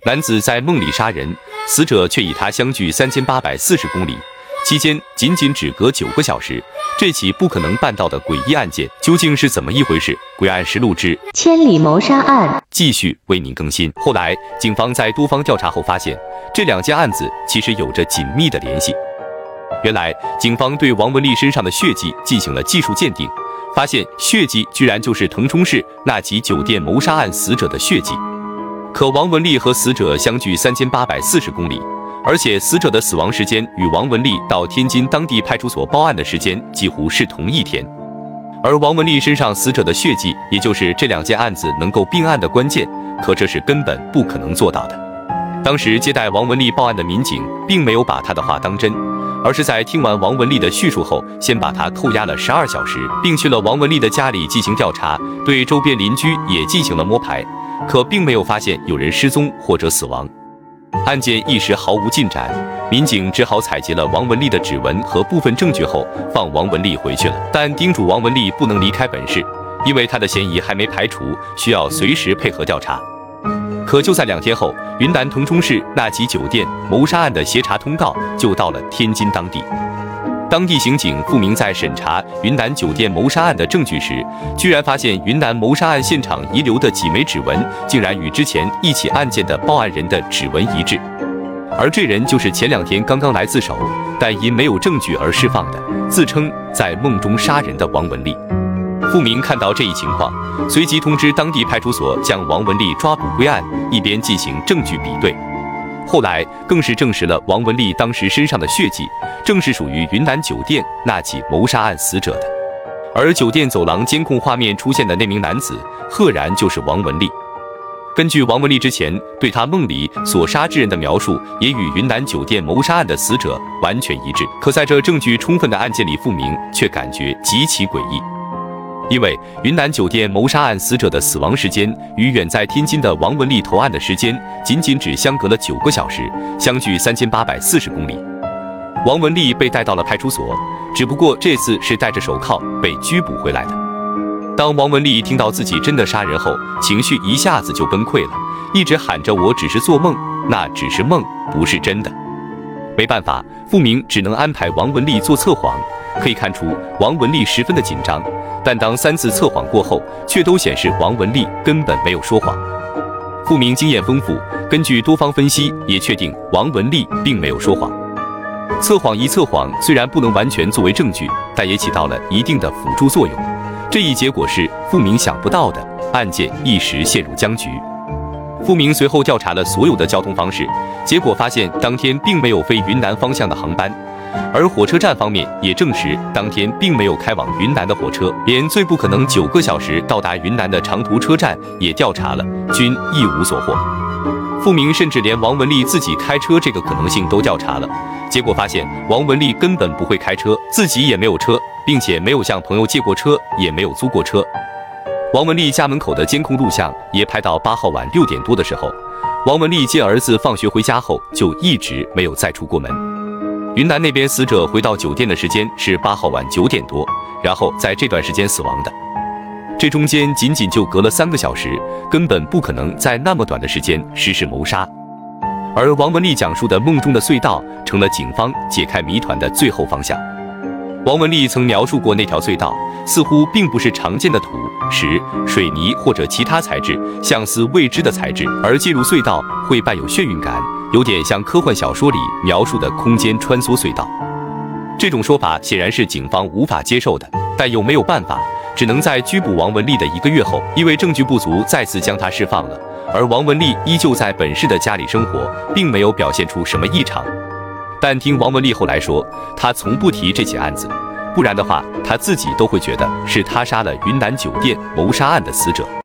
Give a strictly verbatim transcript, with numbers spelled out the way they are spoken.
男子在梦里杀人，死者却与他相距三千八百四十公里，期间仅仅只隔九个小时。这起不可能办到的诡异案件究竟是怎么一回事？诡案实录之千里谋杀案继续为您更新。后来，警方在多方调查后发现，这两件案子其实有着紧密的联系。原来，警方对王文丽身上的血迹进行了技术鉴定，发现血迹居然就是腾冲市那起酒店谋杀案死者的血迹。可王文丽和死者相距三千八百四十公里。而且死者的死亡时间与王文丽到天津当地派出所报案的时间几乎是同一天，而王文丽身上死者的血迹，也就是这两件案子能够并案的关键，可这是根本不可能做到的。当时接待王文丽报案的民警并没有把他的话当真，而是在听完王文丽的叙述后，先把他扣押了十二小时，并去了王文丽的家里进行调查，对周边邻居也进行了摸排，可并没有发现有人失踪或者死亡。案件一时毫无进展，民警只好采集了王文丽的指纹和部分证据后，放王文丽回去了，但叮嘱王文丽不能离开本市，因为她的嫌疑还没排除，需要随时配合调查。可就在两天后，云南腾冲市那起酒店谋杀案的协查通告就到了天津当地。当地刑警付明在审查云南酒店谋杀案的证据时，居然发现云南谋杀案现场遗留的几枚指纹，竟然与之前一起案件的报案人的指纹一致。而这人就是前两天刚刚来自首，但因没有证据而释放的，自称在梦中杀人的王文丽。付明看到这一情况，随即通知当地派出所将王文丽抓捕归案，一边进行证据比对。后来更是证实了王文丽当时身上的血迹正是属于云南酒店那起谋杀案死者的，而酒店走廊监控画面出现的那名男子，赫然就是王文丽。根据王文丽之前对他梦里所杀之人的描述，也与云南酒店谋杀案的死者完全一致。可在这证据充分的案件里，付明却感觉极其诡异。因为云南酒店谋杀案死者的死亡时间与远在天津的王文丽投案的时间仅仅只相隔了九个小时，相距三千八百四十公里。王文丽被带到了派出所，只不过这次是戴着手铐被拘捕回来的。当王文丽听到自己真的杀人后，情绪一下子就崩溃了，一直喊着我只是做梦，那只是梦，不是真的。没办法，付明只能安排王文丽做测谎。可以看出王文丽十分的紧张，但当三次测谎过后，却都显示王文丽根本没有说谎。付明经验丰富，根据多方分析，也确定王文丽并没有说谎。测谎一测谎虽然不能完全作为证据，但也起到了一定的辅助作用。这一结果是付明想不到的，案件一时陷入僵局。付明随后调查了所有的交通方式，结果发现当天并没有飞云南方向的航班。而火车站方面也证实，当天并没有开往云南的火车，连最不可能九个小时到达云南的长途车站也调查了，均一无所获。付明甚至连王文丽自己开车这个可能性都调查了，结果发现王文丽根本不会开车，自己也没有车，并且没有向朋友借过车，也没有租过车。王文丽家门口的监控录像也拍到八号晚六点多的时候，王文丽接儿子放学回家后就一直没有再出过门。云南那边死者回到酒店的时间是八号晚九点多，然后在这段时间死亡的，这中间仅仅就隔了三个小时，根本不可能在那么短的时间实施谋杀。而王文丽讲述的梦中的隧道成了警方解开谜团的最后方向。王文丽曾描述过那条隧道似乎并不是常见的土、石、水泥或者其他材质，像似未知的材质，而进入隧道会伴有眩晕感，有点像科幻小说里描述的空间穿梭隧道。这种说法显然是警方无法接受的，但又没有办法，只能在拘捕王文丽的一个月后，因为证据不足再次将她释放了。而王文丽依旧在本市的家里生活，并没有表现出什么异常。但听王文丽后来说，她从不提这起案子，不然的话，她自己都会觉得是她杀了云南酒店谋杀案的死者。